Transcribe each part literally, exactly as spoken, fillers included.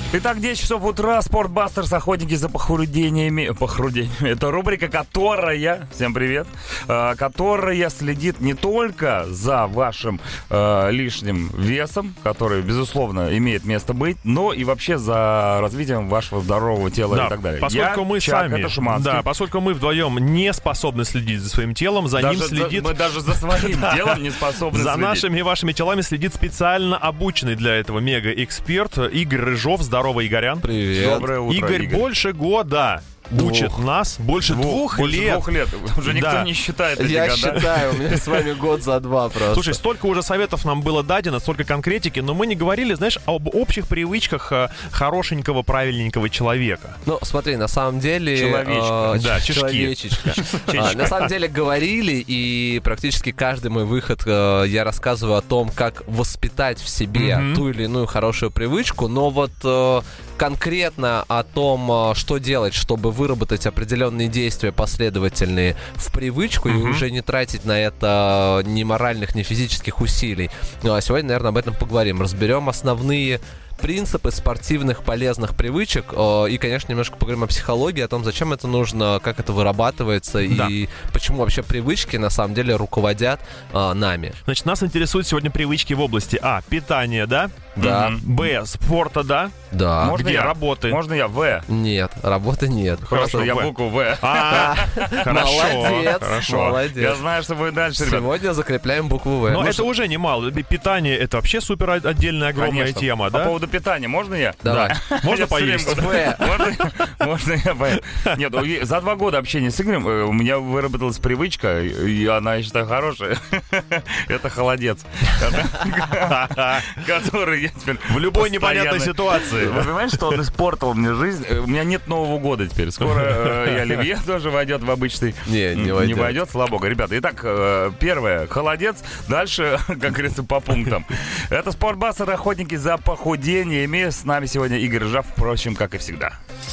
Итак, десять часов утра, Спортбастерс, охотники за похудениями. Похудениями. Это рубрика, которая, всем привет, э, которая следит не только за вашим э, лишним весом, который, безусловно, имеет место быть, но и вообще за развитием вашего здорового тела, да, и так далее. Поскольку Я, мы Чак, сами, да, поскольку мы вдвоем не способны следить за своим телом, за даже ним следит... За, мы даже за своим телом не способны за следить. За нашими и вашими телами следит специально обученный для этого мега-эксперт Игорь Рыжов. Здорово, Игорян. Привет. Доброе утро, Игорь, Игорь. больше года Двух. учит нас, больше двух, двух, больше лет. двух лет. Уже никто Да. не считает эти Я года. считаю, у меня с вами год за два просто. Слушай, столько уже советов нам было дадено, столько конкретики, но мы не говорили, знаешь, об общих привычках э, хорошенького, правильненького человека. Ну, смотри, на самом деле... Человечка. э, Да, ч- чешки. Человечечка. Чечка. А, На самом деле говорили, и практически каждый мой выход э, я рассказываю о том, как воспитать в себе Мгм. ту или иную хорошую привычку, но вот э, конкретно о том, э, что делать, чтобы выработать определенные действия последовательные в привычку, Мгм. и уже не тратить на это ни моральных, ни физических усилий. Ну, а сегодня, наверное, об этом поговорим. Разберем основные принципы спортивных полезных привычек э, и, конечно, немножко поговорим о психологии, о том, зачем это нужно, как это вырабатывается Да. и почему вообще привычки на самом деле руководят э, нами. Значит, нас интересуют сегодня привычки в области А. Питания, да? Да, Мгм. Б. Спорта, да? да. Можно Где я? работы? Можно я? В. Нет, работы нет. Хорошо, я В. букву В. А, хорошо, Молодец, хорошо. молодец. Я знаю, что вы дальше, ребят. Сегодня закрепляем букву В. Но Ну, это уже немало. Питание — это вообще супер отдельная огромная Конечно. тема, По да? поводу питания, можно я? Давай. Да. Можно Я всё время поесть? буду- Можно, можно я поем? Нет, ну, и за два года общения с Игорем э, у меня выработалась привычка, и она, я считаю, хорошая. Это холодец. Который я теперь В любой постоянно- непонятной ситуации. Вы понимаете, что он испортил мне жизнь? Э, У меня нет Нового года теперь. Скоро э, и Оливье тоже войдет в обычный. Не, не Не войдет. войдет, слава богу. Ребята, итак, э, первое, холодец. Дальше, как говорится, по пунктам. Это Спортбастер, охотники за похудениями. С нами сегодня Игорь Рыжов, впрочем, как и всегда.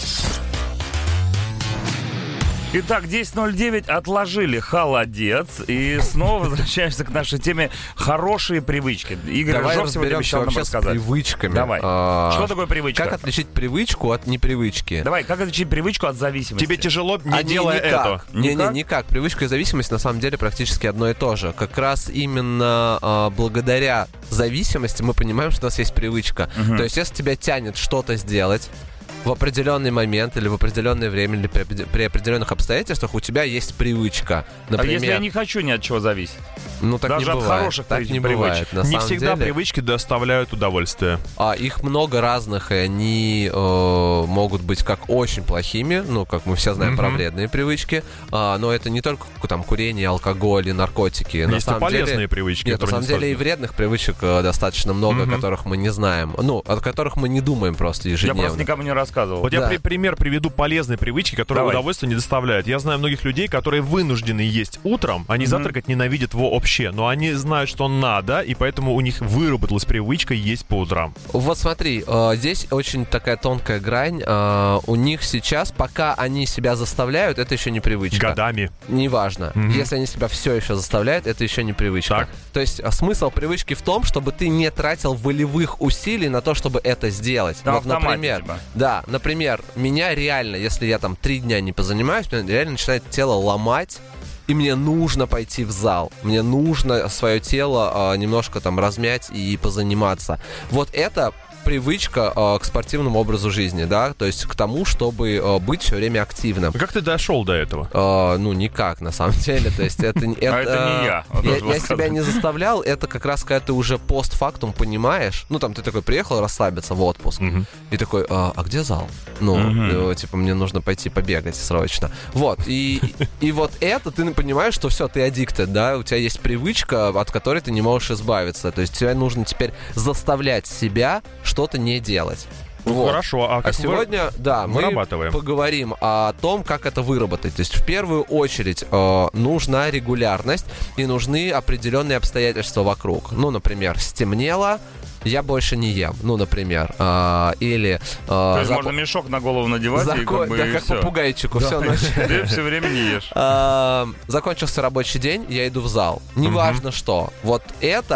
Итак, десять ноль девять, отложили холодец. И снова возвращаемся к нашей теме хорошие привычки. Игорь Давай Рыжов сегодня разберемся обещал нам вообще с рассказать. привычками. Давай. А, Что такое привычка? Как отличить привычку от непривычки? Давай, как отличить привычку от зависимости? Тебе тяжело, не А не- делая никак. это. Не, не, Никак? никак. Привычка и зависимость на самом деле практически одно и то же. Как раз именно а, благодаря зависимости мы понимаем, что у нас есть привычка. Мгм. То есть, если тебя тянет что-то сделать в определенный момент или в определенное время или при, опре- при определенных обстоятельствах, у тебя есть привычка. Например, А если я не хочу ни от чего зависеть? ну так даже не от бывает. хороших так при- не привычек? бывает. На Не самом всегда деле, привычки доставляют удовольствие. а, их много разных, и они э, могут быть как очень плохими, ну, как мы все знаем Мгм. про вредные привычки, а, но это не только там курение, алкоголь и наркотики. На Есть и самом полезные деле, привычки, нет, на которые самом не деле и стоит. вредных привычек э, достаточно много, Мгм. которых мы не знаем, ну, о которых мы не думаем просто Я ежедневно. просто никому не рассказывал. Вот я Да. при- пример приведу полезной привычки, которая Давай. удовольствия не доставляет. Я знаю многих людей, которые вынуждены есть утром, они Мгм. завтракать ненавидят вообще, но они знают, что надо, и поэтому у них выработалась привычка есть по утрам. Вот смотри, э, здесь очень такая тонкая грань. э, у них сейчас, пока они себя заставляют, это еще не привычка. Годами. Неважно. Мгм. Если они себя все еще заставляют, это еще не привычка. Так. То есть а, смысл привычки в том, чтобы ты не тратил волевых усилий на то, чтобы это сделать. На Вот, автомате, например, типа. да, например, меня реально, если я там три дня не позанимаюсь, меня реально начинает тело ломать. И мне нужно пойти в зал. Мне нужно свое тело а, немножко там размять и позаниматься. Вот это привычка э, к спортивному образу жизни, да, то есть к тому, чтобы э, быть все время активным. А как ты дошел до этого? Э, ну, никак, на самом деле, то есть это... это А это не я, вот Я, должен я сказать. себя не заставлял, это как раз когда ты уже постфактум понимаешь, ну, там, ты такой приехал расслабиться в отпуск, Мгм. и такой, а, а где зал? Ну, Мгм. э, типа, мне нужно пойти побегать срочно. Вот, и, и вот это ты понимаешь, что все, ты addicted, да, у тебя есть привычка, от которой ты не можешь избавиться, то есть тебе нужно теперь заставлять себя что-то не делать. Вот. Хорошо, а А как сегодня, да, мы вырабатываем? поговорим о том, как это выработать. То есть в первую очередь э, нужна регулярность и нужны определенные обстоятельства вокруг. Ну, например, стемнело, я больше не ем. Ну, например, э, или... э, То есть зак- можно мешок на голову надевать, и зако- как бы да, и как всё. попугайчику, все ночь. Ты все время не ешь. Э, Закончился рабочий день, я иду в зал. Неважно что. Вот это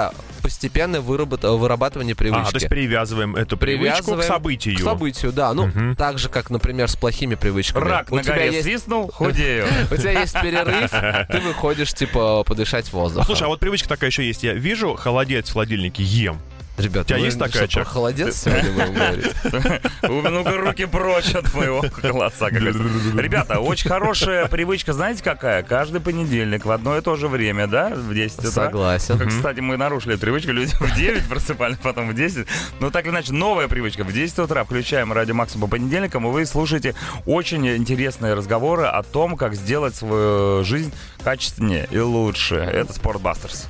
постепенное выработ... вырабатывание привычки. А, то есть привязываем эту привычку к событию. К событию, да. Ну, угу. так же, как, например, с плохими привычками. Рак у на тебя горе есть... свистнул, худею. У тебя есть перерыв, ты выходишь, типа, подышать воздухом. Слушай, а вот привычка такая еще есть. Я вижу холодец в холодильнике, ем. Ребята, у тебя есть такая что, про холодец сегодня будем говорить? Ну-ка, руки прочь от моего холодца. Ребята, очень хорошая привычка, знаете какая? Каждый понедельник в одно и то же время, да, в десять утра. Согласен. Кстати, мы нарушили эту привычку, люди в девять просыпались, потом в десять. Но так или иначе, новая привычка. В десять утра включаем Радио Максимум по понедельникам, и вы слушаете очень интересные разговоры о том, как сделать свою жизнь качественнее и лучше. Это Спортбастерс.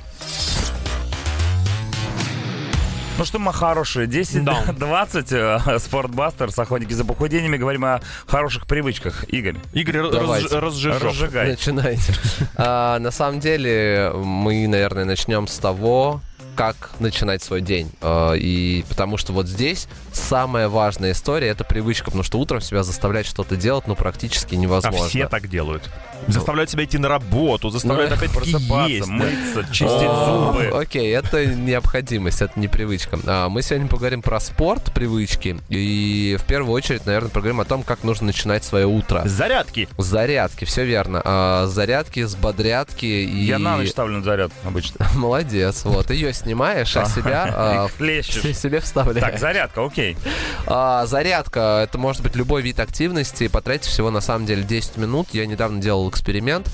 Ну что, мы хорошие. десять двадцать, Спортбастер, охотники за похудениями. Говорим о хороших привычках. Игорь. Игорь, раз, разжижай. Разжигай. Начинайте. а, на самом деле, мы, наверное, начнем с того, как начинать свой день. И потому что вот здесь самая важная история — это привычка, потому что утром себя заставлять что-то делать, ну, практически невозможно. А все так делают. Заставляют себя идти на работу, заставляют ну, опять-таки просыпаться, есть, мыться, чистить зубы. Окей, это необходимость, это не привычка. Мы сегодня поговорим про спорт, привычки, и в первую очередь, наверное, поговорим о том, как нужно начинать свое утро. Зарядки. Зарядки, все верно. Зарядки, сбодрядки и... Я на ночь ставлю на зарядку обычно. Молодец, вот. Ее снимаешь, а себя себе вставляешь. Так, зарядка, окей. Зарядка, это может быть любой вид активности, потратить всего на самом деле десять минут. Я недавно делал эксперимент,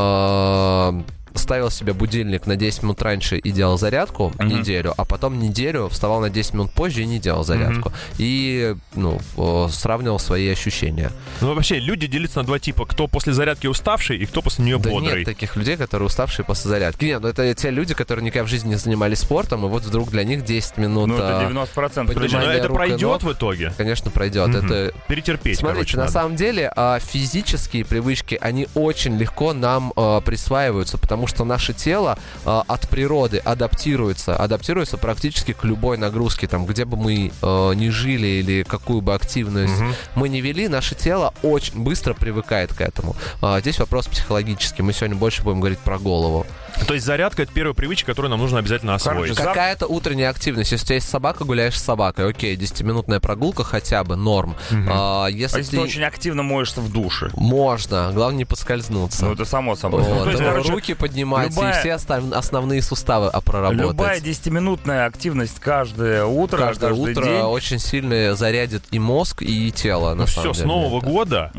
ставил себе будильник на десять минут раньше и делал зарядку uh-huh. неделю, а потом неделю вставал на десять минут позже и не делал зарядку. Uh-huh. И, ну, сравнивал свои ощущения. Ну, вообще, люди делятся на два типа. Кто после зарядки уставший и кто после нее да бодрый. Нет таких людей, которые уставшие после зарядки. Нет, ну, это те люди, которые никогда в жизни не занимались спортом, и вот вдруг для них десять минут... Ну, это девяносто процентов. Но это пройдет в итоге? Конечно, пройдет. Uh-huh. Это... Перетерпеть, Смотрите, короче, на надо. самом деле физические привычки, они очень легко нам присваиваются, потому что наше тело э, от природы адаптируется, адаптируется практически к любой нагрузке, там, где бы мы э, ни жили или какую бы активность mm-hmm. мы ни вели, наше тело очень быстро привыкает к этому. А, здесь вопрос психологический. Мы сегодня больше будем говорить про голову. То есть зарядка — это первая привычка, которую нам нужно обязательно освоить. Какая-то утренняя активность. Если у тебя есть собака, гуляешь с собакой. Окей, десятиминутная прогулка хотя бы, норм. Mm-hmm. А, если, а если ты... ты очень активно моешься в душе? Можно. Главное не поскользнуться. Ну, это само собой. Вот. Ну, то есть, короче, руки поднимать любая... и все остав... основные суставы проработать. Любая десятиминутная активность каждое утро, каждое каждый утро день очень сильно зарядит и мозг, и тело. Ну все, с Нового года.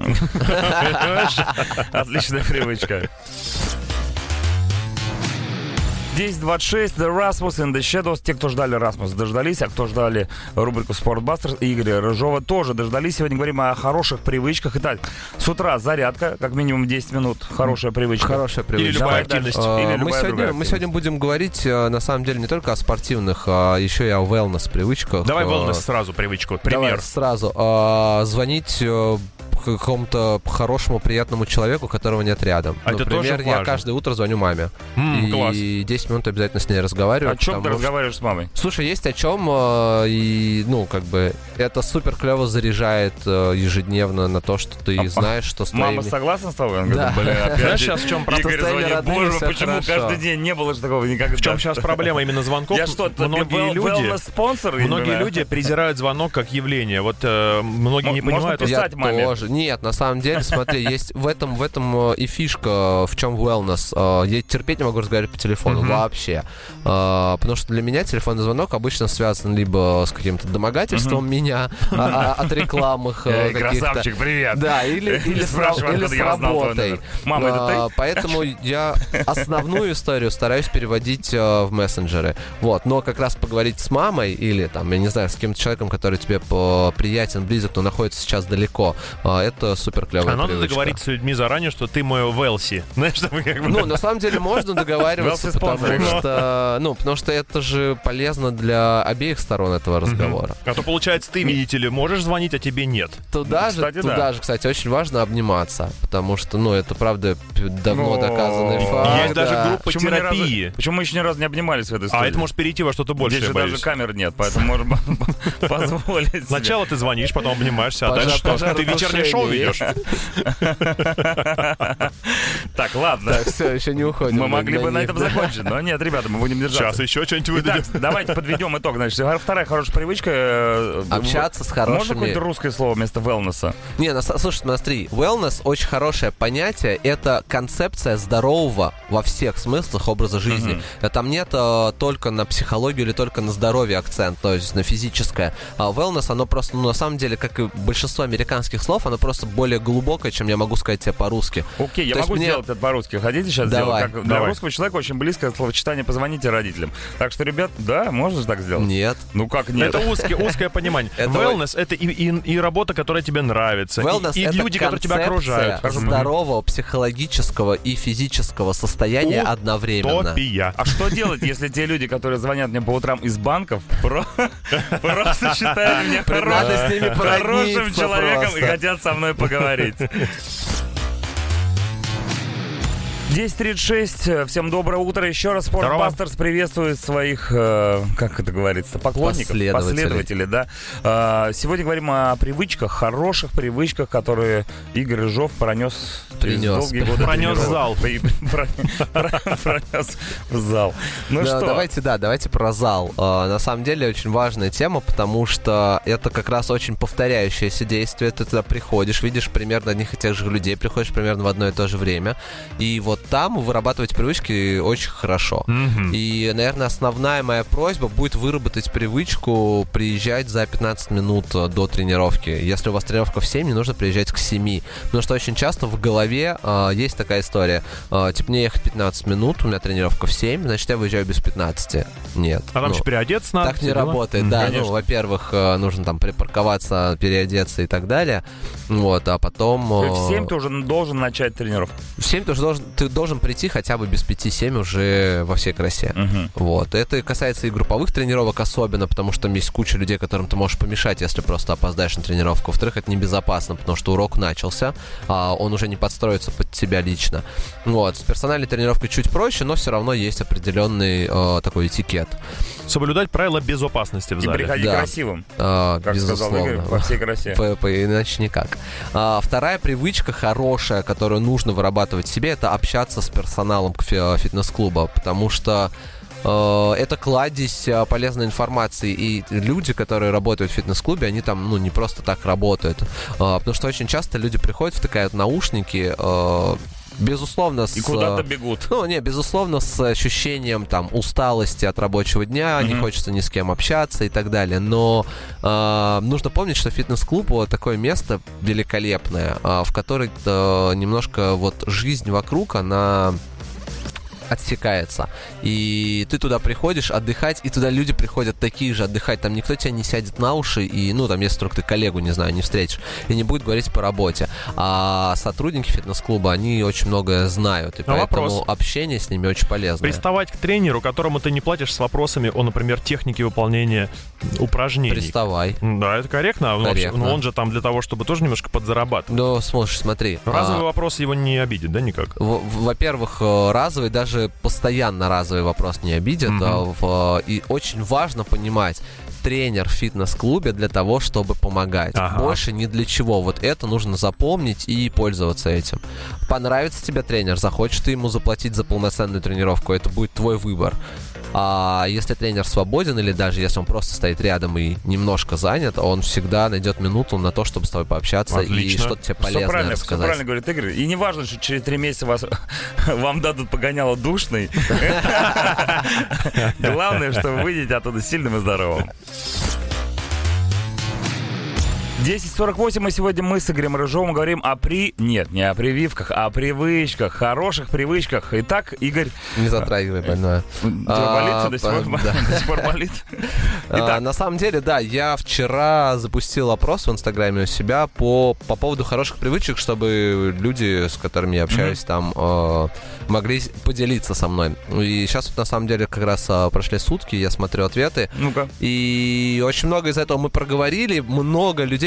Отличная привычка. десять двадцать шесть, The Rasmus and the Shadows. Те, кто ждали Rasmus, дождались, а кто ждали рубрику Спортбастер, Игоря Рыжова, тоже дождались. Сегодня говорим о хороших привычках. Итак, с утра зарядка, как минимум десять минут, хорошая привычка. Хорошая привычка. Или любая активность. А, Или мы, любая сегодня, активность. мы сегодня будем говорить, на самом деле, не только о спортивных, а еще и о wellness-привычках. Давай wellness сразу привычку. Пример. Давай сразу. А, звонить какому-то хорошему, приятному человеку, которого нет рядом. А Например, это тоже я важно. каждое утро звоню маме. Mm, и класс. десять минут обязательно с ней разговариваю. О чем ты что... разговариваешь с мамой? Слушай, есть о чем, и, ну, как бы, это супер клево заряжает ежедневно на то, что ты а, знаешь, что с твоими... Мама согласна с тобой? Он да. говорит, блин, опять знаешь, же, сейчас в чем Игорь звонит, боже, почему хорошо. каждый день не было же такого никогда? В чем сейчас проблема именно звонков? Я что, многие люди, спонсор? многие люди презирают звонок как явление. Вот э, многие М- не понимают. можно писать Я маме. тоже. Нет, на самом деле, смотри, есть в этом, в этом и фишка, в чем wellness. Я терпеть не могу разговаривать по телефону mm-hmm. вообще. Потому что для меня телефонный звонок обычно связан либо с каким-то домогательством mm-hmm. меня а, а, от рекламных Эй, каких-то... красавчик, привет. Да, или, или, с, или с работой. Мама, это а, ты? Поэтому я основную историю стараюсь переводить а, в мессенджеры. Вот. Но как раз поговорить с мамой или, там, я не знаю, с каким-то человеком, который тебе приятен, близок, но находится сейчас далеко, а, это супер клевая А надо привычка. договориться с людьми заранее, что ты мой Велси. Знаешь, чтобы как бы... Ну, на самом деле можно договариваться, потому что, ну, потому что это же полезно для обеих сторон этого разговора. А то, получается, ты, видите ли, можешь звонить, а тебе нет. Туда же, туда же, кстати, очень важно обниматься, потому что, ну, это, правда, давно доказанный факт. Есть даже группа Почему терапии. Почему мы еще ни разу не обнимались в этой истории? А это может перейти во что-то большее, Здесь же даже камер нет, поэтому можем позволить себе. Сначала ты звонишь, потом обнимаешься, а Пожар, дальше что? пожар Ты вечернее душевный. шоу ведешь. Так, ладно. Так, все, еще не уходим. Мы могли бы на этом закончить, но нет, ребята, мы будем держаться. Сейчас еще что-нибудь выдадим. Итак, давайте подведем итог. Значит, вторая хорошая привычка. э, Общаться с Можно хорошими... какое-то русское слово вместо wellness? Не, на, слушай, смотри, wellness очень хорошее понятие. Это концепция здорового во всех смыслах образа жизни. Mm-hmm. Там нет а, только на психологию или только на здоровье акцент, то есть на физическое. А wellness, оно просто, ну, на самом деле, как и большинство американских слов, оно просто более глубокое, чем я могу сказать тебе по-русски. Окей, я То могу мне... сделать это по-русски. Хотите сейчас Давай. сделать? Как для Давай. русского человека очень близкое словосочетание «позвоните родителям». Так что, ребят, да, можно же так сделать? Нет. Ну как нет? Это узкое, узкое понимание. Это Wellness — это и, и, и работа, которая тебе нравится, Wellness и, и это люди, которые тебя окружают. Здорового психологического и физического состояния одновременно. Утопия. А что делать, если те люди, которые звонят мне по утрам из банков, про- просто считают меня Надо с ними хорошим хорошим породниться человеком и просто. хотят со мной поговорить? десять тридцать шесть. Всем доброе утро. Еще раз Спортбастерс приветствует своих, э, как это говорится, поклонников, Последователей. последователей, да. Э, сегодня говорим о привычках, хороших привычках, которые Игорь Рыжов пронес через Принес. долгие годы. Пронес в тренировок. зал. При- про- про- Пронес в зал. Ну Да, что? давайте, да, давайте про зал. А, на самом деле очень важная тема, потому что это как раз очень повторяющееся действие. Ты туда приходишь, видишь примерно одних и тех же людей, приходишь примерно в одно и то же время. И вот там вырабатывать привычки очень хорошо. Мгм. И, наверное, основная моя просьба будет выработать привычку приезжать за пятнадцать минут до тренировки. Если у вас тренировка в семь, не нужно приезжать к семи. Потому что очень часто в голове а, есть такая история. А, типа, мне ехать пятнадцать минут, у меня тренировка в семь, значит, я выезжаю без пятнадцати. Нет. А там Ну, еще переодеться надо. так все не дела. работает, Мгм. да. Конечно. Ну, во-первых, э, нужно там припарковаться, переодеться и так далее. Вот, а потом... То есть э, в семь ты уже должен начать тренировку. В семь ты, уже должен, ты должен прийти хотя бы без пяти-семь уже во всей красе. Мгм. Вот. Это касается и групповых тренировок особенно, потому что там есть куча людей, которым ты можешь помешать, если просто опоздаешь на тренировку. Во-вторых, это небезопасно, потому что урок начался, а он уже не подстроится под тебя лично. Вот. С персональной тренировкой чуть проще, но все равно есть определенный э, такой этикет. Соблюдать правила безопасности в И зале. приходи Да. красивым, Э, как сказал Игорь, безусловно. во всей красе. По- по- Иначе никак. А, вторая привычка хорошая, которую нужно вырабатывать в себе, это общаться с персоналом к фи- фитнес-клуба, потому что э, это кладезь э, полезной информации, и люди, которые работают в фитнес-клубе, они там, ну, не просто так работают, А, потому что очень часто люди приходят, втыкают наушники, э, безусловно, с... И куда-то бегут. Ну, не, безусловно, с ощущением там усталости от рабочего дня, не Мгм. хочется ни с кем общаться и так далее. Но э, нужно помнить, что фитнес-клуб вот такое место великолепное, э, в которой э, немножко вот жизнь вокруг, она отсекается. И ты туда приходишь отдыхать, и туда люди приходят такие же отдыхать. Там никто тебя не сядет на уши, и, ну, там, если только ты коллегу, не знаю, не встретишь, и не будет говорить по работе. А сотрудники фитнес-клуба, они очень многое знают, и А поэтому вопрос? общение с ними очень полезно. Приставать к тренеру, которому ты не платишь, с вопросами о, например, технике выполнения упражнений. Приставай. Да, это корректно. Ну, вообще, Корректно. ну, он же там для того, чтобы тоже немножко подзарабатывать. Ну, смотришь, смотри. Разовый а, вопрос его не обидит, да, никак? в- в- Во-первых, э, разовый, даже постоянно разовый вопрос не обидит. Мгм. а, в- И очень важно понимать, тренер в фитнес-клубе для того, чтобы помогать. Ага. Больше ни для чего. Вот это нужно запомнить и пользоваться этим. Понравится тебе тренер, захочешь ты ему заплатить за полноценную тренировку, это будет твой выбор. А если тренер свободен, или даже если он просто стоит рядом и немножко занят, он всегда найдет минуту на то, чтобы с тобой пообщаться и Отлично. что-то тебе Все полезное правильно, все рассказать. правильно говорит Игорь. И не важно, что через три месяца вас, вам дадут погоняло душный. Главное, что вы выйдете оттуда сильным и здоровым. десять сорок восемь, и сегодня мы с Игорем Рыжовым говорим о при... Нет, не о прививках, а о привычках, хороших привычках. Итак, Игорь... Не затрагивай больное. Твой А, болит? До сих пор- да. до сих пор болит? А, Итак, на самом деле, да, я вчера запустил опрос в Инстаграме у себя по, по поводу хороших привычек, чтобы люди, с которыми я общаюсь, там э, могли поделиться со мной. И сейчас вот на самом деле как раз э, прошли сутки, я смотрю ответы, ну-ка. и очень много из этого мы проговорили, много людей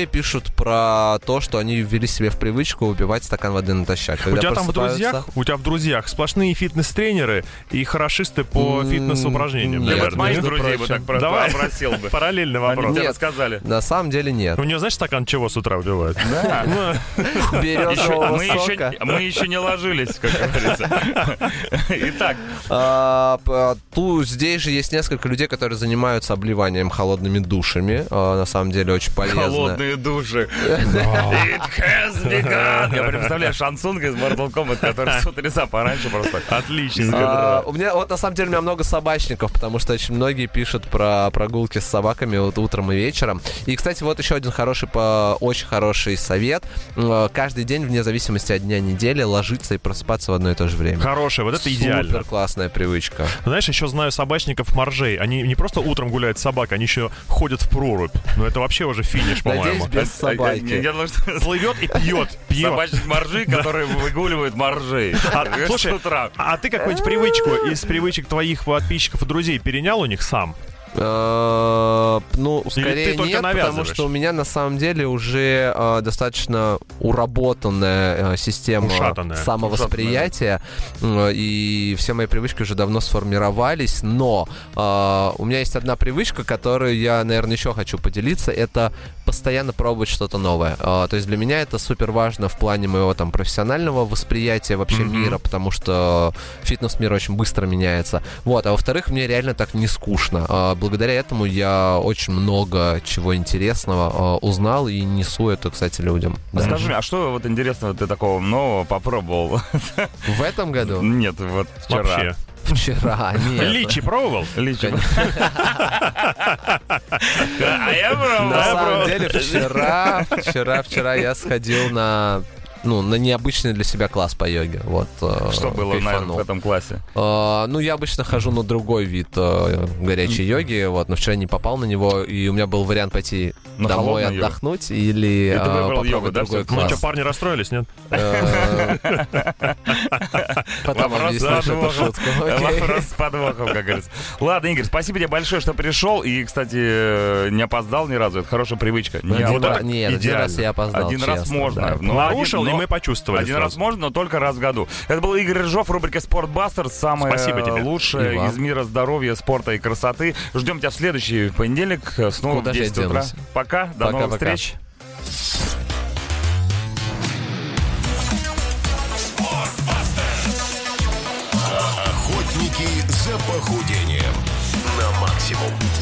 друзей пишут про то, что они ввели себе в привычку выпивать стакан воды натощак. У тебя там в друзьях, у тебя в друзьях сплошные фитнес-тренеры и хорошисты по фитнес-упражнениям. Нет, вот моих друзей бы так просил бы. Параллельный вопрос. Они тебе рассказали. На самом деле нет. У него, знаешь, стакан чего с утра выпивают? Да. Березового Мы сока. еще, мы еще не ложились, как говорится. Итак. А, п- ту, здесь же есть несколько людей, которые занимаются обливанием холодными душами. А, на самом деле очень полезно. Холодные души. It has begun. Я представляю Шансунга из Mortal Kombat, который с утреца пораньше просто. Отлично. А, у меня, вот на самом деле, у меня много собачников, потому что очень многие пишут про прогулки с собаками вот утром и вечером. И, кстати, вот еще один хороший, по, очень хороший совет. Каждый день, вне зависимости от дня недели, ложиться и просыпаться в одно и то же время. Хорошая, вот это идеально. Супер классная привычка. Знаешь, еще знаю собачников-моржей. Они не просто утром гуляют с собакой, они еще ходят в прорубь. Ну, это вообще уже финиш, по-моему. Надеюсь, без собаки. Я думаю, что Плывет и пьет. Пьет. собачьих моржей, которые выгуливают моржей. А, С слушай, утра. а ты какую-нибудь привычку из привычек твоих подписчиков и друзей перенял у них сам? Э, Ну, Или скорее ты только нет, потому навязываешь? что у меня на самом деле уже э, достаточно уработанная э, система Ушатанная. самовосприятия, э, и все мои привычки уже давно сформировались, но э, у меня есть одна привычка, которую я, наверное, еще хочу поделиться, это постоянно пробовать что-то новое. Э, то есть для меня это супер важно в плане моего там профессионального восприятия вообще Mm-hmm. мира, потому что фитнес-мир очень быстро меняется. Вот, а во-вторых, мне реально так не скучно. Э, Благодаря этому я очень много чего интересного э, узнал и несу это, кстати, людям. А Да. скажи, а что вот интересного ты такого нового попробовал? В этом году? Нет, вот вчера. Вообще. Вчера, нет. Личи пробовал? Личи. А я пробовал. На самом деле, вчера, вчера, вчера я сходил на... Ну, на необычный для себя класс по йоге. Вот, э, Что было, наверное, кайфанул. в этом классе? Э, ну, я обычно хожу на другой вид э, горячей йоги, вот, но вчера не попал на него, и у меня был вариант пойти На домой холодную йогу? отдохнуть или И ты э, выбрал попробовать йогу, да, другой всё-таки? Ну класс. что, парни расстроились, нет? Э, Потом Вопрос объяснишь с эту подвохом. шутку. Окей. Вопрос с подвохом, как говорится. Ладно, Игорь, спасибо тебе большое, что пришел. И, кстати, не опоздал ни разу. Это хорошая привычка. Не Один опоздал. раз- Нет, один идеально. раз я опоздал, Один раз честно, можно. да. но Нарушил, один- и но мы почувствовали Один сразу. раз можно, но только раз в году. Это был Игорь Рыжов, рубрика «Спортбастер». Самое Спасибо тебе. И лучшее вам. из мира здоровья, спорта и красоты. Ждем тебя в следующий понедельник. Снова Куда в же я десять утра. денусь? Пока, до новых Пока-пока. встреч. Охотники за похудением на максимум.